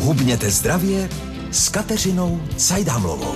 Hubněte zdravě s Kateřinou Cajdámlovou.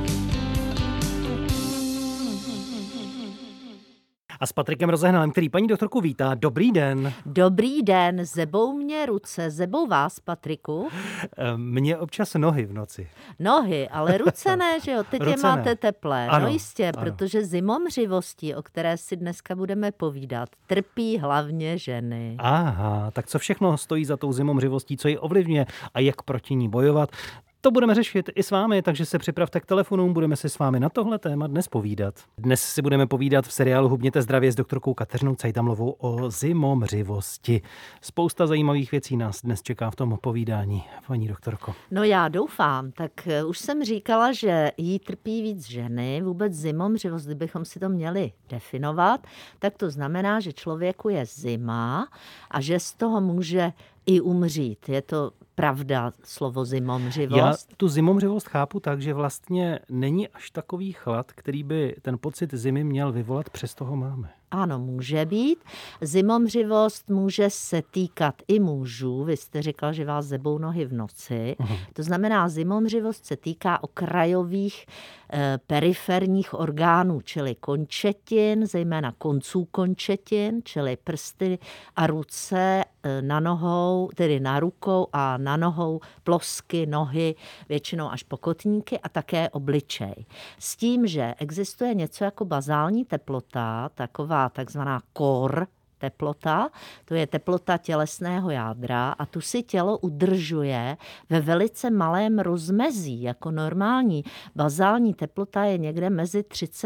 A s Patrikem Rozehnalem, který paní doktorku vítá. Dobrý den. Dobrý den, zebou mě ruce, zebou vás, Patriku? Mě občas nohy v noci. Nohy, ale ruce ne, že jo? Teď je máte teplé. Ano, no jistě, ano. Protože zimomřivostí, o které si dneska budeme povídat, trpí hlavně ženy. Aha, tak co všechno stojí za tou zimomřivostí, co ji ovlivňuje a jak proti ní bojovat? To budeme řešit i s vámi, takže se připravte k telefonům, budeme si s vámi na tohle téma dnes povídat. Dnes si budeme povídat v seriálu Hubněte zdravě s doktorkou Kateřinou Cajdámlovou o zimomřivosti. Spousta zajímavých věcí nás dnes čeká v tom povídání, paní doktorko. No já doufám, tak už jsem říkala, že jí trpí víc ženy, vůbec zimomřivost, kdybychom si to měli definovat, tak to znamená, že člověku je zima a že z toho může i umřít. Je to pravda, slovo zimomřivost? Já tu zimomřivost chápu tak, že vlastně není až takový chlad, který by ten pocit zimy měl vyvolat, přesto ho máme. Ano, může být. Zimomřivost může se týkat i mužů. Vy jste říkal, že vás zebou nohy v noci. To znamená, zimomřivost se týká okrajových periferních orgánů, čili končetin, zejména konců končetin, čili prsty a ruce na nohou, tedy na rukou a na nohou, plosky, nohy, většinou až po kotníky a také obličej. S tím, že existuje něco jako bazální teplota, taková takzvaná core teplota, to je teplota tělesného jádra a tu si tělo udržuje ve velice malém rozmezí, jako normální. Bazální teplota je někde mezi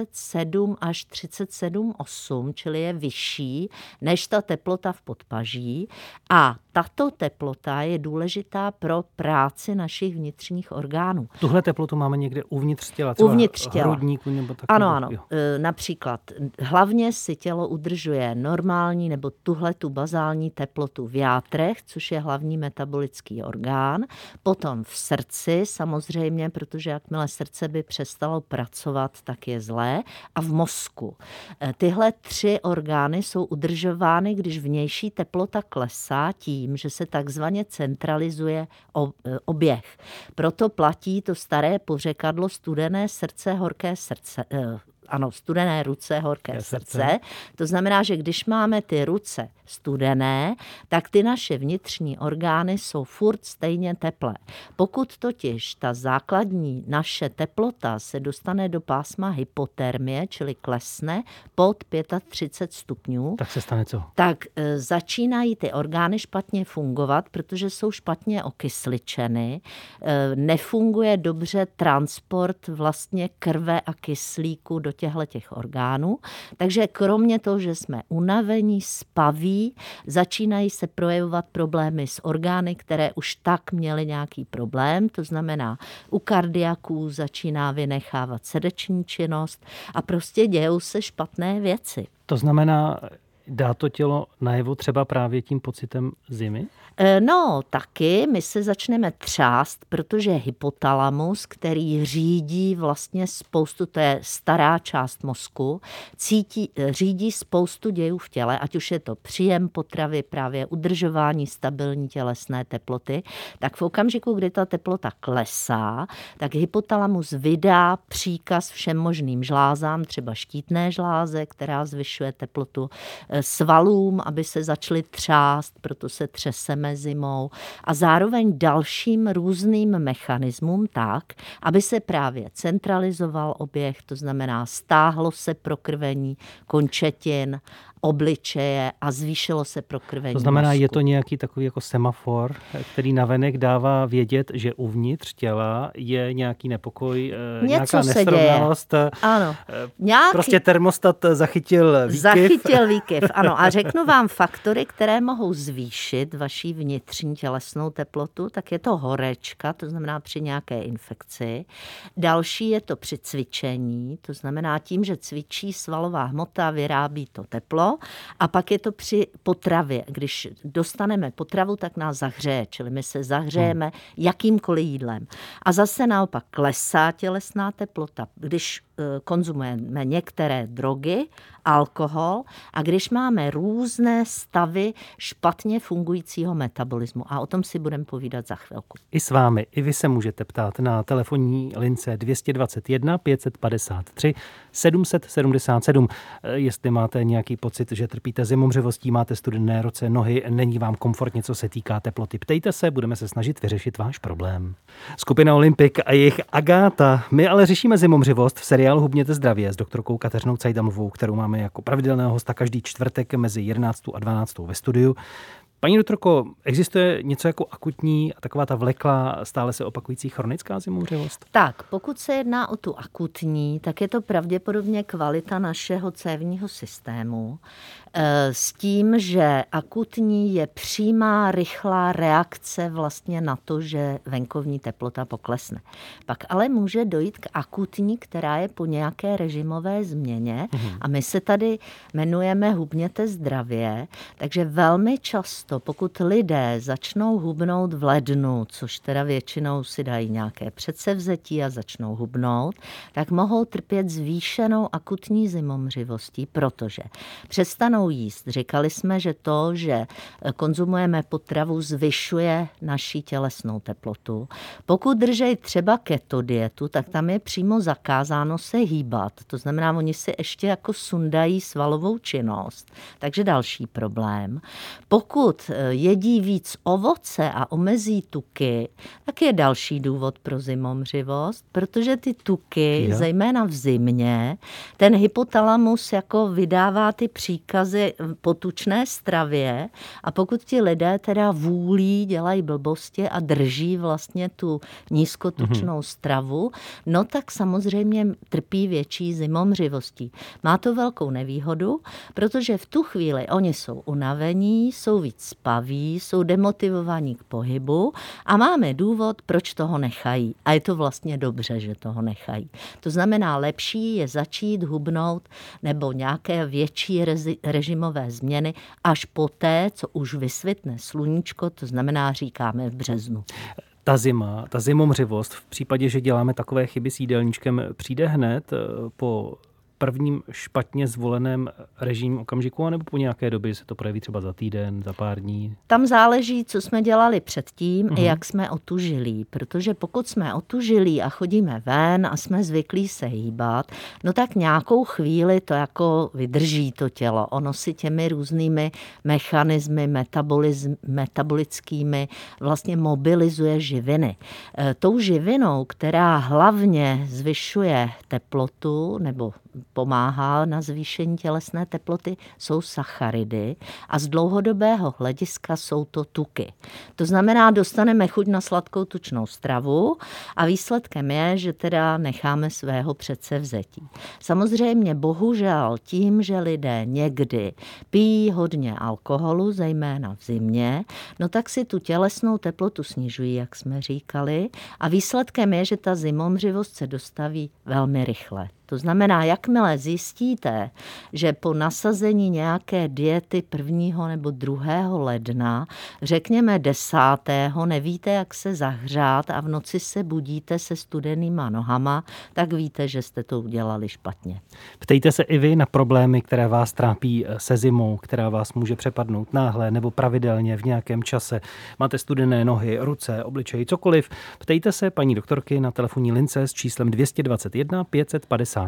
37 až 37,8, čili je vyšší než ta teplota v podpaží a tato teplota je důležitá pro práci našich vnitřních orgánů. Tuhle teplotu máme někde uvnitř těla, třeba uvnitř těla. Hrudníku nebo tak. Ano. Například hlavně si tělo udržuje normální nebo tu bazální teplotu v játrech, což je hlavní metabolický orgán. Potom v srdci samozřejmě, protože jakmile srdce by přestalo pracovat, tak je zlé. A v mozku. Tyhle 3 orgány jsou udržovány, když vnější teplota klesá tím, že se takzvaně centralizuje oběh. Proto platí to staré pořekadlo studené srdce, horké srdce. Ano, studené ruce, horké srdce. To znamená, že když máme ty ruce studené, tak ty naše vnitřní orgány jsou furt stejně teplé. Pokud totiž ta základní naše teplota se dostane do pásma hypotermie, čili klesne pod 35 stupňů, tak se stane co? Tak začínají ty orgány špatně fungovat, protože jsou špatně okysličeny. Nefunguje dobře transport vlastně krve a kyslíku do těch orgánů. Takže kromě toho, že jsme unavení, spaví, začínají se projevovat problémy s orgány, které už tak měly nějaký problém. To znamená, u kardiaků začíná vynechávat srdeční činnost a prostě dějou se špatné věci. To znamená, dá to tělo najevo třeba právě tím pocitem zimy? No, taky my se začneme třást, protože hypotalamus, který řídí vlastně spoustu, to je stará část mozku, řídí spoustu dějů v těle, ať už je to příjem potravy, právě udržování stabilní tělesné teploty, tak v okamžiku, kdy ta teplota klesá, tak hypotalamus vydá příkaz všem možným žlázám, třeba štítné žláze, která zvyšuje teplotu, svalům, aby se začaly třást, proto se třeseme zimou a zároveň dalším různým mechanismům tak, aby se právě centralizoval oběh, to znamená stáhlo se prokrvení končetin, obličeje a zvýšilo se prokrvení. To znamená, mozku. Je to nějaký takový jako semafor, který navenek dává vědět, že uvnitř těla je nějaký nepokoj, nějaká nesrovnalost. Ano. Prostě termostat zachytil výkyv. Ano. A řeknu vám faktory, které mohou zvýšit vaši vnitřní tělesnou teplotu, tak je to horečka, to znamená při nějaké infekci. Další je to při cvičení, to znamená tím, že cvičí svalová hmota, vyrábí to teplo. A pak je to při potravě. Když dostaneme potravu, tak nás zahřeje, čili my se zahřejeme jakýmkoliv jídlem. A zase naopak klesá tělesná teplota, když konzumujeme některé drogy alkohol a když máme různé stavy špatně fungujícího metabolismu. A o tom si budeme povídat za chvilku. I s vámi, i vy se můžete ptát na telefonní lince 221 553 777. Jestli máte nějaký pocit, že trpíte zimomřivostí, máte studené ruce, nohy, není vám komfortně, co se týká teploty. Ptejte se, budeme se snažit vyřešit váš problém. Skupina Olympik a jejich Agáta. My ale řešíme zimomřivost v seriálu Hubněte zdravě s doktorkou Kateřinou Cajdamlovou, kterou máme jako pravidelného hosta každý čtvrtek mezi 11. a 12. ve studiu. Paní doktorko, existuje něco jako akutní a taková ta vleklá, stále se opakující chronická zimomřivost? Tak, pokud se jedná o tu akutní, tak je to pravděpodobně kvalita našeho cévního systému. S tím, že akutní je přímá, rychlá reakce vlastně na to, že venkovní teplota poklesne. Pak ale může dojít k akutní, která je po nějaké režimové změně a my se tady jmenujeme Hubněte zdravě, takže velmi často, pokud lidé začnou hubnout v lednu, což teda většinou si dají nějaké předsevzetí a začnou hubnout, tak mohou trpět zvýšenou akutní zimomřivostí, protože přestanou jíst. Říkali jsme, že to, že konzumujeme potravu, zvyšuje naši tělesnou teplotu. Pokud držejí třeba keto dietu, tak tam je přímo zakázáno se hýbat. To znamená, oni si ještě jako sundají svalovou činnost. Takže další problém. Pokud jedí víc ovoce a omezí tuky, tak je další důvod pro zimomřivost, protože ty tuky, zejména v zimě, ten hypotalamus jako vydává ty příkazy po tučné stravě a pokud ti lidé teda vůlí, dělají blbosti a drží vlastně tu nízkotučnou stravu, no tak samozřejmě trpí větší zimomřivostí. Má to velkou nevýhodu, protože v tu chvíli oni jsou unavení, jsou víc spaví, jsou demotivovaní k pohybu a máme důvod, proč toho nechají. A je to vlastně dobře, že toho nechají. To znamená, lepší je začít hubnout nebo nějaké větší režimové změny až poté, co už vysvitne sluníčko, to znamená, říkáme v březnu. Ta zima, ta zimomřivost v případě, že děláme takové chyby s jídelníčkem, přijde hned po prvním špatně zvoleném režimním okamžiku, anebo po nějaké době se to projeví třeba za týden, za pár dní? Tam záleží, co jsme dělali předtím, jak jsme otužilí, protože pokud jsme otužilí a chodíme ven a jsme zvyklí se hýbat, no tak nějakou chvíli to jako vydrží to tělo. Ono si těmi různými mechanismy metabolickými vlastně mobilizuje živiny. Tou živinou, která hlavně zvyšuje teplotu nebo pomáhá na zvýšení tělesné teploty, jsou sacharidy a z dlouhodobého hlediska jsou to tuky. To znamená, dostaneme chuť na sladkou tučnou stravu a výsledkem je, že teda necháme svého předsevzetí. Samozřejmě bohužel tím, že lidé někdy pijí hodně alkoholu, zejména v zimě, no tak si tu tělesnou teplotu snižují, jak jsme říkali, a výsledkem je, že ta zimomřivost se dostaví velmi rychle. To znamená, jakmile zjistíte, že po nasazení nějaké diety 1. nebo 2. ledna, řekněme 10. nevíte, jak se zahřát a v noci se budíte se studenýma nohama, tak víte, že jste to udělali špatně. Ptejte se i vy na problémy, které vás trápí se zimou, která vás může přepadnout náhle nebo pravidelně v nějakém čase. Máte studené nohy, ruce, obličej, cokoliv. Ptejte se paní doktorky na telefonní lince s číslem 221 553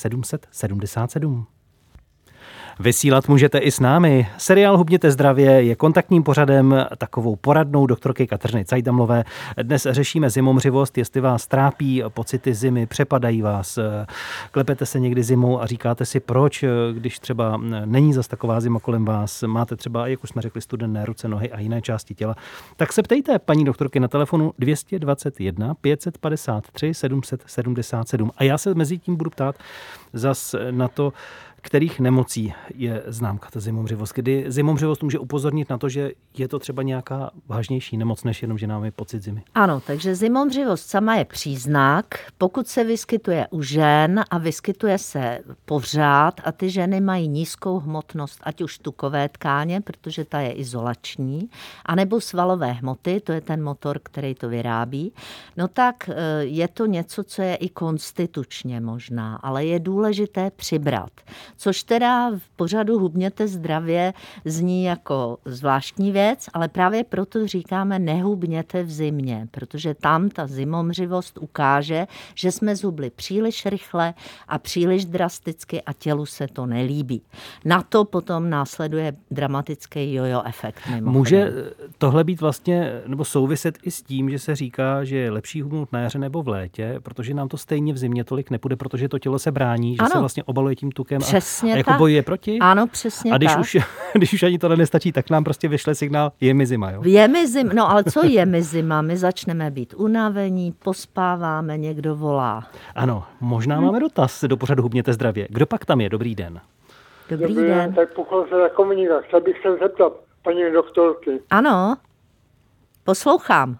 777. Vysílat můžete i s námi. Seriál Hubněte zdravě je kontaktním pořadem, takovou poradnou doktorky Kateřiny Cajdamlové. Dnes řešíme zimomřivost, jestli vás trápí pocity zimy, přepadají vás, klepete se někdy zimou a říkáte si proč, když třeba není zas taková zima kolem vás, máte třeba, jak už jsme řekli, studené ruce, nohy a jiné části těla. Tak se ptejte paní doktorky na telefonu 221 553 777. A já se mezi tím budu ptát zas na to, kterých nemocí je známka ta zimomřivost, kdy zimomřivost může upozornit na to, že je to třeba nějaká vážnější nemoc, než jenom, že nám je pocit zimy. Ano, takže zimomřivost sama je příznak, pokud se vyskytuje u žen a vyskytuje se pořád a ty ženy mají nízkou hmotnost, ať už tukové tkáně, protože ta je izolační, anebo svalové hmoty, to je ten motor, který to vyrábí, no tak je to něco, co je i konstitučně možná, ale je důležité přibrat. což teda v pořadu Hubněte zdravě zní jako zvláštní věc, ale právě proto říkáme nehubněte v zimě, protože tam ta zimomřivost ukáže, že jsme zhubli příliš rychle a příliš drasticky a tělu se to nelíbí. Na to potom následuje dramatický jojo efekt. Může tohle být vlastně, nebo souviset i s tím, že se říká, že je lepší hubnout na jaře nebo v létě, protože nám to stejně v zimě tolik nepůjde, protože to tělo se brání, že se vlastně obaluje tím tukem a jako bojuje proti? Ano, přesně tak. A když už ani tohle nestačí, tak nám prostě vyšle signál, je mi zima, jo? Je mi zima, no ale co je mi zima? My začneme být unavení, pospáváme, někdo volá. Ano, možná máme dotaz do pořadu Hubněte zdravě. Kdo pak tam je? Dobrý den. Dobrý den. Tak pokud se na komunikách, chtěl bych se zeptat paní doktorky. Ano, poslouchám.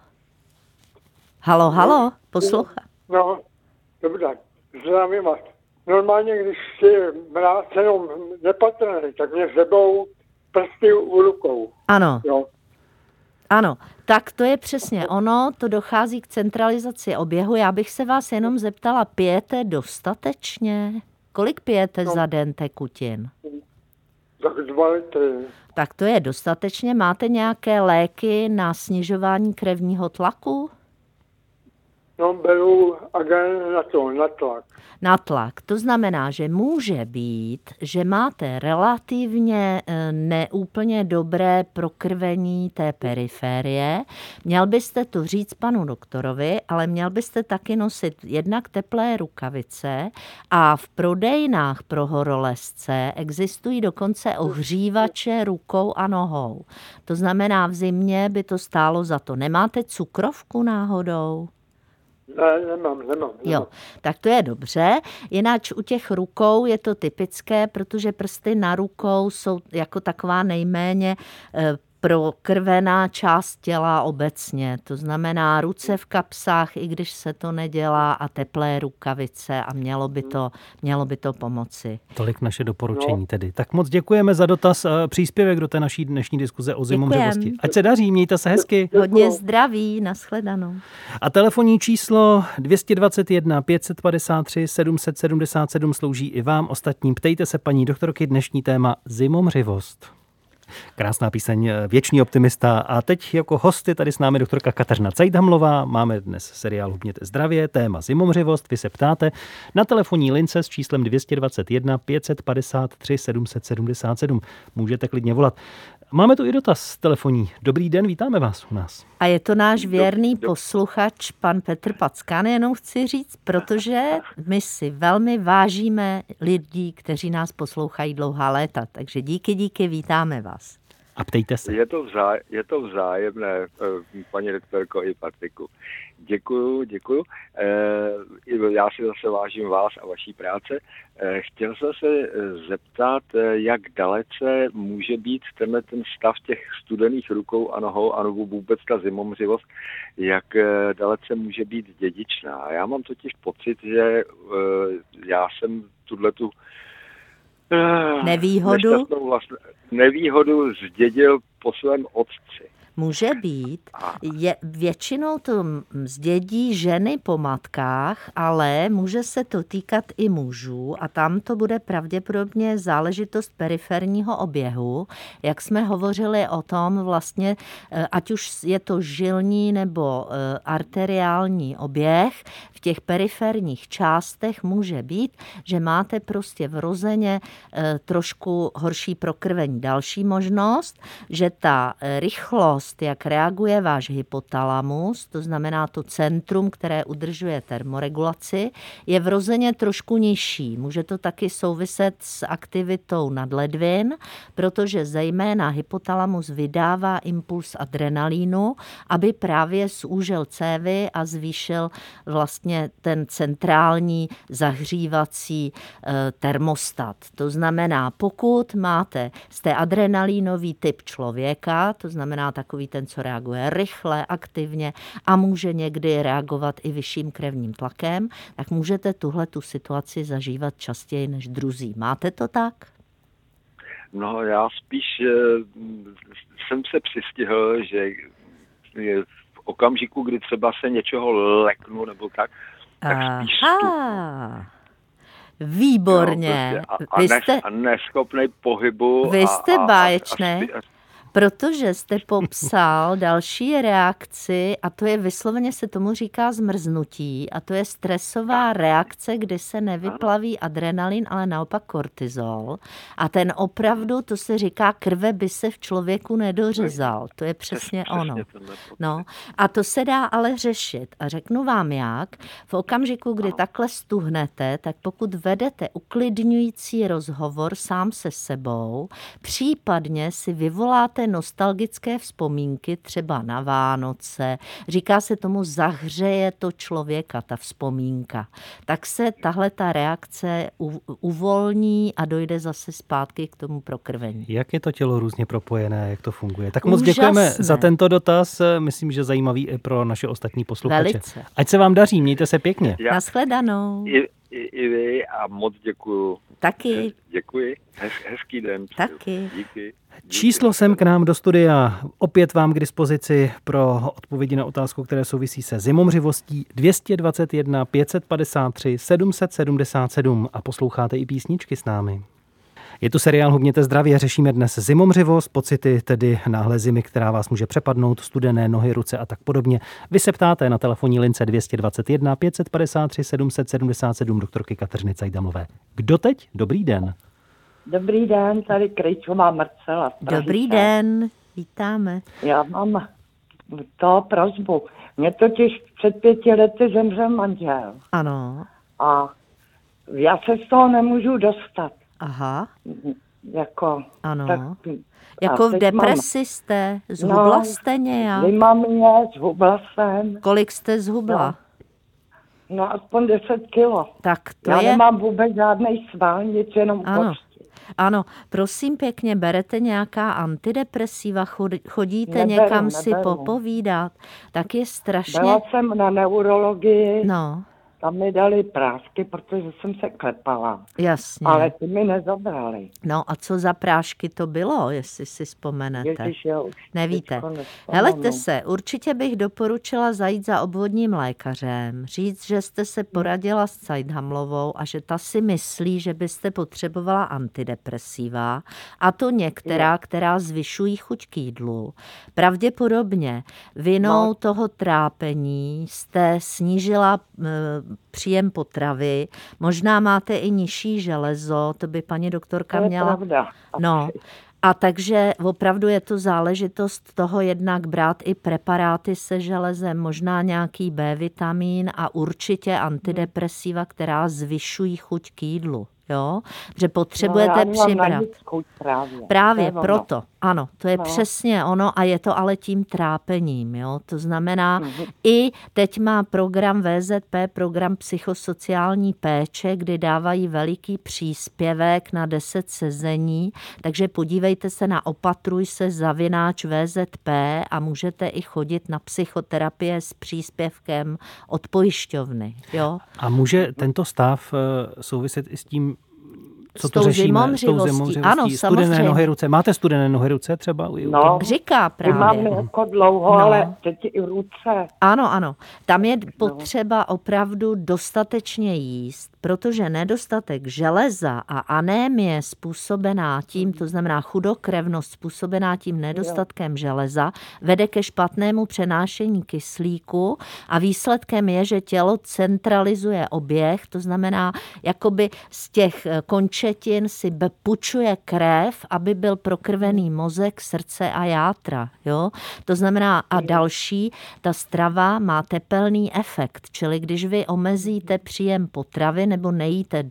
Halo, poslouchám. No, dobrý den, zdravím vás. Normálně, když je mráz jenom nepatrný, tak mě zebou prsty u rukou. Ano. Jo. Ano, tak to je přesně ono, to dochází k centralizaci oběhu. Já bych se vás jenom zeptala, pijete dostatečně? Kolik pijete za den tekutin? Tak 2 litry. Tak to je dostatečně. Máte nějaké léky na snižování krevního tlaku? No, beru agen na tlak. Na tlak. To znamená, že může být, že máte relativně neúplně dobré prokrvení té periférie. Měl byste to říct panu doktorovi, ale měl byste taky nosit jednak teplé rukavice a v prodejnách pro horolezce existují dokonce ohřívače rukou a nohou. To znamená, v zimě by to stálo za to. Nemáte cukrovku náhodou? Ne, nemám. Jo, tak to je dobře. Jinak u těch rukou je to typické, protože prsty na rukou jsou jako taková nejméně prokrvená část těla obecně. To znamená ruce v kapsách, i když se to nedělá, a teplé rukavice a mělo by to pomoci. Tolik naše doporučení tedy. Tak moc děkujeme za dotaz, příspěvek do té naší dnešní diskuze o zimomřivosti. Ať se daří, mějte se hezky. Hodně zdraví, nashledanou. A telefonní číslo 221 553 777 slouží i vám ostatním. Ptejte se paní doktorky, dnešní téma zimomřivost. Krásná píseň, Věčný optimista. A teď jako host je tady s námi doktorka Kateřina Cajdhamlová. Máme dnes seriál Hubněte zdravě, téma zimomřivost. Vy se ptáte na telefonní lince s číslem 221 553 777. Můžete klidně volat. Máme tu i dotaz telefonní. Dobrý den, vítáme vás u nás. A je to náš věrný posluchač, pan Petr Packán, jenom chci říct, protože my si velmi vážíme lidí, kteří nás poslouchají dlouhá léta. Takže díky, vítáme vás. A ptejte se. Je to vzájemné, paní doktorko i Patriku. Děkuju. Já si zase vážím vás a vaší práce. Chtěl jsem se zeptat, jak dalece může být ten stav těch studených rukou a nohou, anebo vůbec ta zimomřivost, jak dalece může být dědičná. Já mám totiž pocit, že já jsem tuhletu nevýhodu zdědil po svém otci. Může být. Většinou to zdědí ženy po matkách, ale může se to týkat i mužů a tam to bude pravděpodobně záležitost periferního oběhu. Jak jsme hovořili o tom vlastně, ať už je to žilní nebo arteriální oběh, v těch periferních částech může být, že máte prostě vrozeně trošku horší prokrvení. Další možnost, že ta rychlost, jak reaguje váš hypotalamus, to znamená to centrum, které udržuje termoregulaci, je vrozeně trošku nižší. Může to taky souviset s aktivitou nadledvin, protože zejména hypotalamus vydává impuls adrenalínu, aby právě zúžil cévy a zvýšil vlastně ten centrální zahřívací termostat. To znamená, pokud jste adrenalínový typ člověka, to znamená takový ten, co reaguje rychle, aktivně a může někdy reagovat i vyšším krevním tlakem, tak můžete tuhletu situaci zažívat častěji než druzí. Máte to tak? No, já spíš jsem se přistihl, že v okamžiku, kdy třeba se něčeho leknu nebo tak spíš Výborně. A neschopnej pohybu. Vy jste báječný. Protože jste popsal další reakci a to je vysloveně se tomu říká zmrznutí a to je stresová reakce, kdy se nevyplaví adrenalin, ale naopak kortizol a ten opravdu, to se říká, krve by se v člověku nedořezal. To je přesně ono. No, a to se dá ale řešit a řeknu vám jak. V okamžiku, kdy takhle stuhnete, tak pokud vedete uklidňující rozhovor sám se sebou, případně si vyvoláte nostalgické vzpomínky, třeba na Vánoce, říká se tomu zahřeje to člověka, ta vzpomínka, tak se tahle ta reakce uvolní a dojde zase zpátky k tomu prokrvení. Jak je to tělo různě propojené, jak to funguje? Tak moc děkujeme za tento dotaz, myslím, že zajímavý i pro naše ostatní posluchače. Velice. Ať se vám daří, mějte se pěkně. Nashledanou. I vy a moc děkuju. Taky. Děkuji. Hezký den. Taky. Díky. Číslo sem k nám do studia. Opět vám k dispozici pro odpovědi na otázku, které souvisí se zimomřivostí 221 553 777 a posloucháte i písničky s námi. Je tu seriál Hubněte zdravě, řešíme dnes zimomřivost, pocity tedy náhlé zimy, která vás může přepadnout, studené nohy, ruce a tak podobně. Vy se ptáte na telefonní lince 221 553 777 doktorky Kateřiny Cajdamlové. Kdo teď? Dobrý den. Dobrý den, tady Krejčová Marcela. Dobrý den, vítáme. Já mám prosbu. Mě totiž před 5 lety zemřel manžel. Ano. A já se z toho nemůžu dostat. Aha. Ano. Jako v depresi jste? Zhubla jste nějak? Zima mě, zhubla jsem. Kolik jste zhubla? No aspoň 10 kilo. Tak to já je... nemám vůbec žádnej sval, nic, jenom kosti. Ano, prosím pěkně, berete nějaká antidepresiva, chodíte někam si popovídat, tak je strašně... Byla jsem na neurologii. No. Tam mi dali prášky, protože jsem se klepala. Jasně. Ale ty mi nezabrali. No a co za prášky to bylo, jestli si vzpomenete? Ježiš, jo, nevíte. Helejte se, určitě bych doporučila zajít za obvodním lékařem, říct, že jste se poradila s Cajdhamlovou a že ta si myslí, že byste potřebovala antidepresiva, a to některá, která zvyšují chuť k jídlu. Pravděpodobně vinou toho trápení jste snížila příjem potravy, možná máte i nižší železo, to by paní doktorka měla. To je pravda. No, a takže opravdu je to záležitost toho jednak brát i preparáty se železem, možná nějaký B vitamin a určitě antidepresiva, která zvyšují chuť k jídlu. Jo? Že potřebujete přibrat. Právě proto. Ano, to je přesně ono a je to ale tím trápením. Jo? To znamená, i teď má program VZP, program psychosociální péče, kdy dávají veliký příspěvek na 10 sezení, takže podívejte se na opatruj se /VZP a můžete i chodit na psychoterapie s příspěvkem od pojišťovny. Jo? A může tento stav souviset i s tím, co s to řešíme? S tou zimomřivostí. Ano, studené nohy, ruce. Máte studené nohy, ruce třeba? No, říká právě. Mám jako dlouho, ale teď i ruce. Ano. Tam je potřeba opravdu dostatečně jíst, protože nedostatek železa a anémie způsobená tím, to znamená chudokrevnost způsobená tím nedostatkem železa, vede ke špatnému přenášení kyslíku a výsledkem je, že tělo centralizuje oběh, to znamená, jakoby z těch končetin si půjčuje krev, aby byl prokrvený mozek, srdce a játra. Jo? To znamená, a další, ta strava má tepelný efekt, čili když vy omezíte příjem potravy nebo nejíte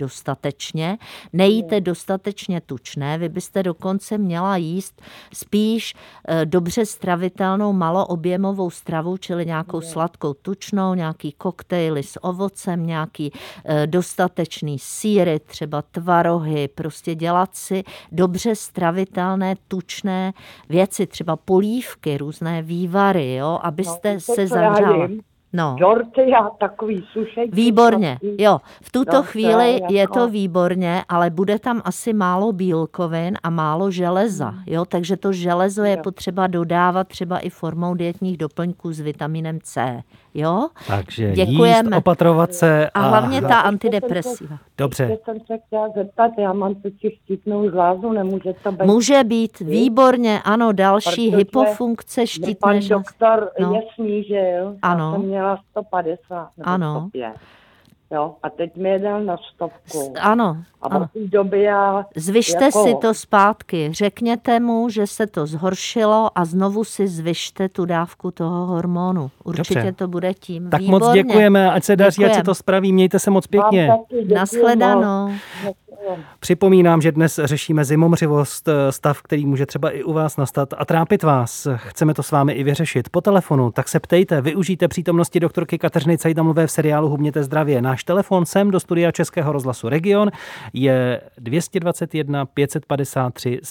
dostatečně tučné, vy byste dokonce měla jíst spíš dobře stravitelnou maloobjemovou stravu, čili nějakou sladkou tučnou, nějaký koktejly s ovocem, nějaký dostatečný sýry, třeba tvarohy, prostě dělat si dobře stravitelné tučné věci, třeba polívky, různé vývary, jo, abyste se zahřála. No. Dorty a takový sušený. Výborně, jo. V tuto No, chvíli to je je jako- to výborně, ale bude tam asi málo bílkovin a málo železa, jo, takže to železo je Jo. potřeba dodávat třeba i formou dietních doplňků s vitaminem C, jo. Takže Děkujeme. jíst, opatrovat se A hlavně ta antidepresiva. Dobře. Já jsem se chtěla zeptat, já mám totiž štítnou žlázu, nemůže to být. Může být výborně, ano, další Protože hypofunkce Pan štítné žlázy. doktor No. je snížil, Ano. já jsem měla 150 nebo Ano. 105. Jo, a teď mi je dal na 100. Ano, A ano. od té doby já... Zvyšte jako- si to zpátky. Řekněte mu, že se to zhoršilo a znovu si zvyšte tu dávku toho hormonu. Určitě Dobře. to bude tím. Tak Výborně. moc děkujeme, ať se daří, ať se Děkujem. to spraví. Mějte se moc pěkně. Vám taky děkuju Nashledanou. moc. Připomínám, že dnes řešíme zimomřivost, stav, který může třeba i u vás nastat a trápit vás. Chceme to s vámi i vyřešit po telefonu, tak se ptejte, využijte přítomnosti doktorky Kateřiny Cajdamlové v seriálu Hubněte zdravě. Náš telefon sem do studia Českého rozhlasu Region je 221 553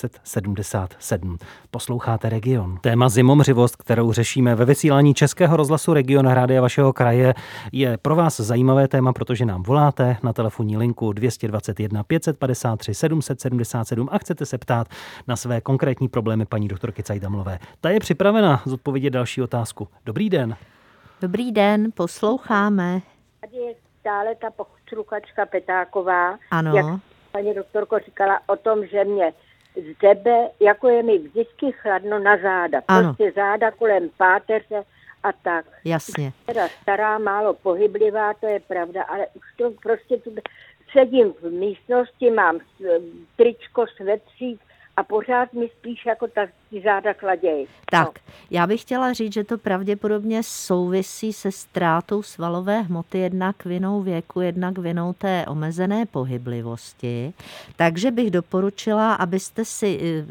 777. Posloucháte Region. Téma zimomřivost, kterou řešíme ve vysílání Českého rozhlasu Region rádia vašeho kraje, je pro vás zajímavé téma, protože nám voláte na telefonní linku 221 553 777 a chcete se ptát na své konkrétní problémy paní doktorky Cajdamlové. Ta je připravena zodpovědět další otázku. Dobrý den. Dobrý den, posloucháme. Tady je stále ta posluchačka Petáková, Ano. jak paní doktorko říkala o tom, že mě zebe, jako je mi vždycky chladno na záda. Ano. Prostě záda kolem páteře a tak. Jasně. Teda stará, málo pohyblivá, to je pravda, ale už to prostě tu sedím v místnosti, mám tričko, svetřík a pořád mi spíš jako ty záda chladějí. Tak, já bych chtěla říct, že to pravděpodobně souvisí se ztrátou svalové hmoty, jednak vinou věku, jednak vinou té omezené pohyblivosti. Takže bych doporučila, abyste si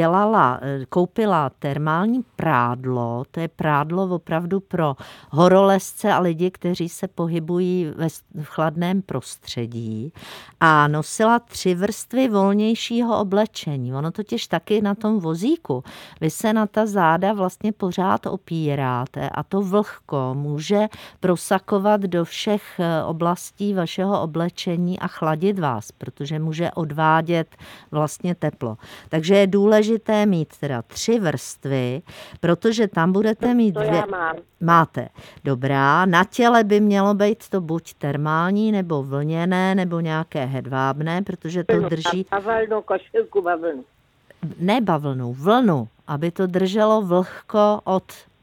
koupila termální prádlo. To je prádlo opravdu pro horolezce a lidi, kteří se pohybují v chladném prostředí. A nosila 3 vrstvy volnějšího oblečení. Ono totiž taky na tom vozíku vy se na ta záda vlastně pořád opíráte a to vlhko může prosakovat do všech oblastí vašeho oblečení a chladit vás, protože může odvádět vlastně teplo. Takže je důležité mít teda 3 vrstvy, protože tam budete mít To 2... já mám. Máte. Dobrá. Na těle by mělo být to buď termální, nebo vlněné, nebo nějaké hedvábné, protože to drží... Bavlnu, košilku bavlnu. Ne bavlnu, vlnu, aby to drželo vlhko od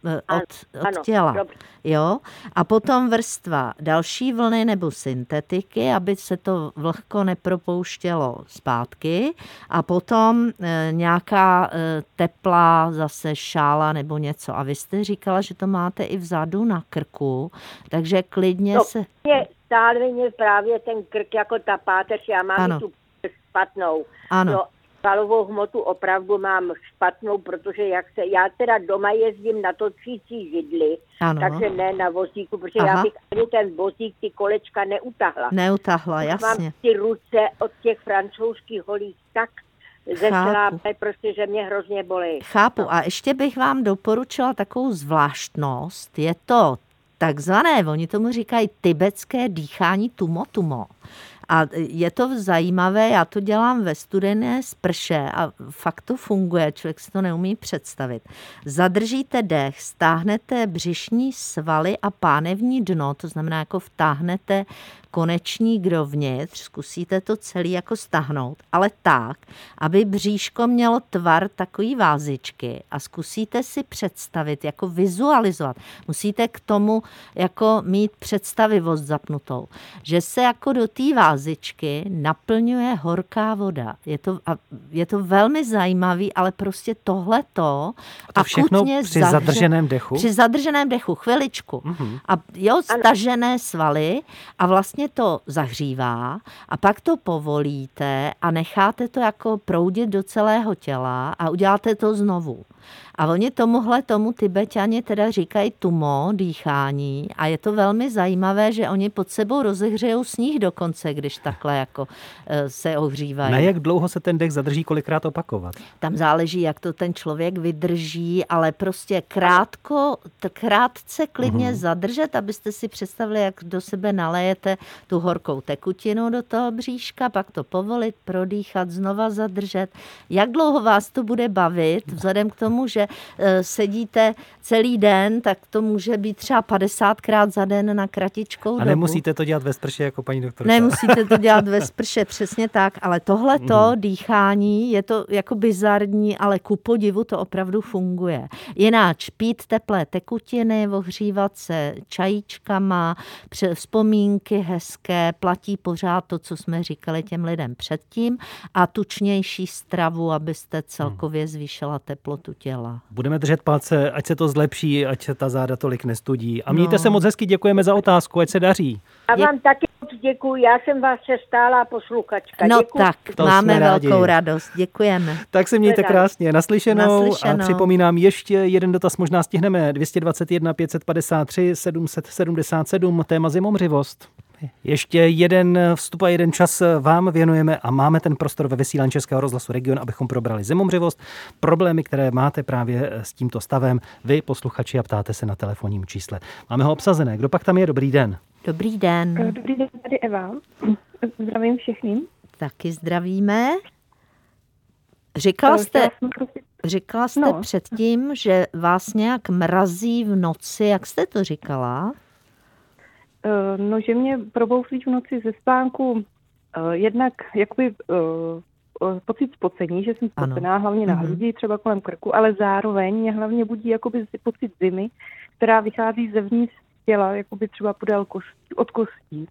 těla. Dobře. Jo? A potom vrstva další vlny nebo syntetiky, aby se to vlhko nepropouštělo zpátky. A potom nějaká teplá zase šála nebo něco. A vy jste říkala, že to máte i vzadu na krku, takže klidně se... Stále mě právě ten krk jako ta páteř, já mám Ano. tu špatnou. Ano. No, svalovou hmotu opravdu mám špatnou, protože já teda doma jezdím na točící židli, Ano. takže ne na vozíku, protože Aha. já bych ani ten vozík, ty kolečka neutahla. Neutahla, jasně. Mám ty ruce od těch francouzských holí tak zeslápé, prostě, že mě hrozně bolí. Chápu. A ještě bych vám doporučila takovou zvláštnost. Je to takzvané, oni tomu říkají tibetské dýchání tumo. A je to zajímavé, já to dělám ve studené sprše a fakt to funguje, člověk si to neumí představit. Zadržíte dech, stáhnete břišní svaly a pánevní dno, to znamená jako vtáhnete konečník dovnitř, zkusíte to celý jako stáhnout, ale tak, aby bříško mělo tvar takový vázičky a zkusíte si představit, jako vizualizovat. Musíte k tomu jako mít představivost zapnutou, že se jako do té vázičky naplňuje horká voda. Je to velmi zajímavý, ale prostě tohleto A to všechno při zadrženém dechu? Při zadrženém dechu, chviličku. Mhm. A jo, stažené svaly a vlastně to zahřívá a pak to povolíte a necháte to jako proudit do celého těla a uděláte to znovu. A oni tomu Tibeťani teda říkají tumo, dýchání, a je to velmi zajímavé, že oni pod sebou rozehřejou sníh dokonce, když takhle jako se ohřívají. Na jak dlouho se ten dech zadrží, kolikrát opakovat? Tam záleží, jak to ten člověk vydrží, ale prostě krátce klidně zadržet, abyste si představili, jak do sebe nalejete tu horkou tekutinu do toho bříška, pak to povolit, prodýchat, znova zadržet. Jak dlouho vás to bude bavit, vzhledem k tomu, že sedíte celý den, tak to může být třeba 50krát za den na kratičkou dobu. A nemusíte to dělat ve sprše jako paní doktorka. Nemusíte to dělat ve sprše, přesně tak, ale tohleto dýchání je to jako bizarní, ale ku podivu to opravdu funguje. Jináč pít teplé tekutiny, ohřívat se čajíčkama, vzpomínky hezké, platí pořád to, co jsme říkali těm lidem předtím, a tučnější stravu, abyste celkově zvýšila teplotu těla. Budeme držet palce, ať se to zlepší, ať se ta záda tolik nestudí. A mějte se moc hezky, děkujeme za otázku, ať se daří. A vám taky moc děkuji, já jsem vás stálá posluchačka. No Děkuji. tak, To máme jsme rádi. velkou radost, děkujeme. Tak se mějte krásně, naslyšenou. A připomínám ještě jeden dotaz, možná stihneme, 221 553 777, téma zimomřivost. Ještě jeden vstup a jeden čas vám věnujeme a máme ten prostor ve vysílání Českého rozhlasu Region, abychom probrali zimomřivost, problémy, které máte právě s tímto stavem, vy posluchači, a ptáte se na telefonním čísle. Máme ho obsazené. Kdo pak tam je? Dobrý den. Dobrý den. Dobrý den, tady Eva. Zdravím všechny. Taky zdravíme. Říkala jste předtím, že vás nějak mrazí v noci. Jak jste to říkala? No, že mě probouzlí v noci ze spánku jednak jakoby pocit spocení, že jsem spocená, hlavně na hrudi, třeba kolem krku, ale zároveň mě hlavně budí jakoby pocit zimy, která vychází zevnitř těla, jakoby třeba podél od kostí.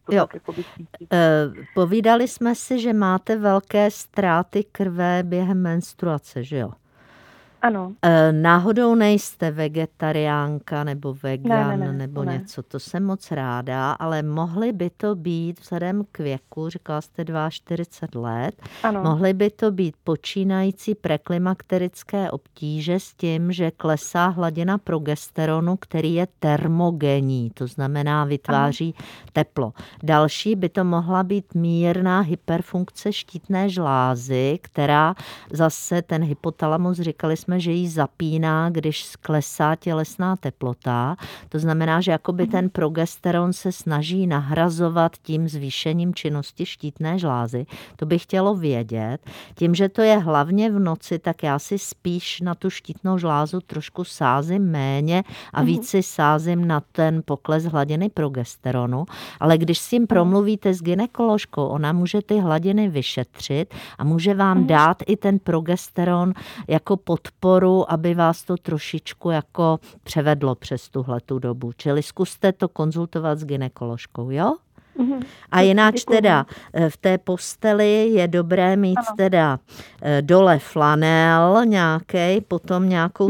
Povídali jsme si, že máte velké ztráty krve během menstruace, že jo? Ano. Náhodou nejste vegetariánka nebo vegan nebo ne. něco, to jsem moc ráda, ale mohly by to být vzhledem k věku, říkala jste 42 let, ano. Mohly by to být počínající preklimakterické obtíže s tím, že klesá hladina progesteronu, který je termogenní, to znamená vytváří teplo. Další by to mohla být mírná hyperfunkce štítné žlázy, která zase ten hypotalamus, říkali jsme, že ji zapíná, když klesá tělesná teplota. To znamená, že jakoby ten progesteron se snaží nahrazovat tím zvýšením činnosti štítné žlázy. To bych chtělo vědět. Tím, že to je hlavně v noci, tak já si spíš na tu štítnou žlázu trošku sázím méně a víc si sázím na ten pokles hladiny progesteronu. Ale když s tím promluvíte s gynekoložkou, ona může ty hladiny vyšetřit a může vám dát i ten progesteron jako podporu, aby vás to trošičku jako převedlo přes tuhletu dobu. Čili zkuste to konzultovat s gynekoložkou, jo? A jinak teda v té posteli je dobré mít teda dole flanel nějaký, potom nějakou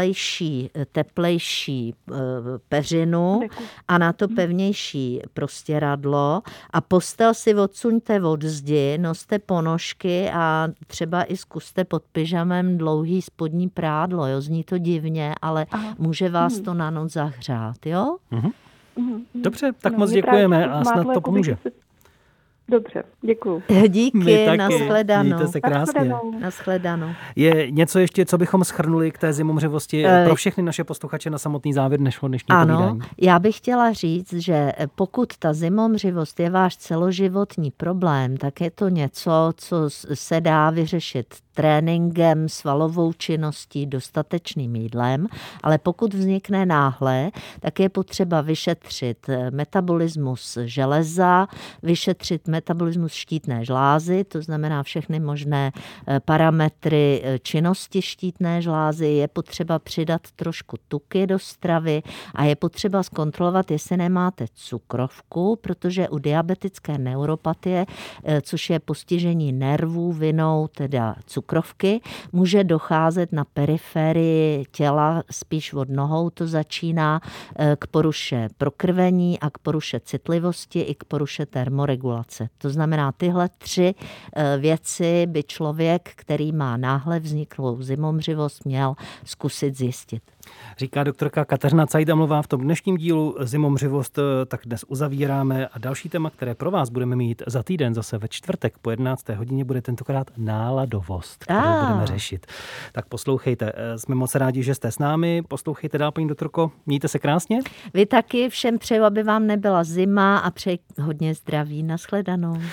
teplejší peřinu a na to pevnější prostěradlo a postel si odsuňte od zdi, noste ponožky a třeba i zkuste pod pyžamem dlouhý spodní prádlo, jo? Zní to divně, ale může vás to na noc zahřát, jo? Dobře, tak moc děkujeme a snad to pomůže. Dobře, děkuju. Díky, nashledanou. Mějte se krásně. Nashledanou. Je něco ještě, co bychom shrnuli k té zimomřivosti pro všechny naše posluchače na samotný závěr dnešního povídání? Ano, já bych chtěla říct, že pokud ta zimomřivost je váš celoživotní problém, tak je to něco, co se dá vyřešit tréninkem, svalovou činností, dostatečným jídlem, ale pokud vznikne náhle, tak je potřeba vyšetřit metabolismus železa, vyšetřit metabolismus štítné žlázy, to znamená všechny možné parametry činnosti štítné žlázy, je potřeba přidat trošku tuky do stravy a je potřeba zkontrolovat, jestli nemáte cukrovku, protože u diabetické neuropatie, což je postižení nervů vinou teda cukrovky, cukrovky, může docházet na periferii těla, spíš od nohou to začíná, k poruše prokrvení a k poruše citlivosti i k poruše termoregulace. To znamená, tyhle 3 věci by člověk, který má náhle vzniklou zimomřivost, měl zkusit zjistit. Říká doktorka Kateřina Cajdamlová v tom dnešním dílu Zimomřivost. Tak dnes uzavíráme a další téma, které pro vás budeme mít za týden zase ve čtvrtek po 11. hodině, bude tentokrát náladovost, kterou budeme řešit. Tak poslouchejte. Jsme moc rádi, že jste s námi. Poslouchejte dál, paní doktorko. Mějte se krásně. Vy taky, všem přeju, aby vám nebyla zima a přeji hodně zdraví. Nashledanou.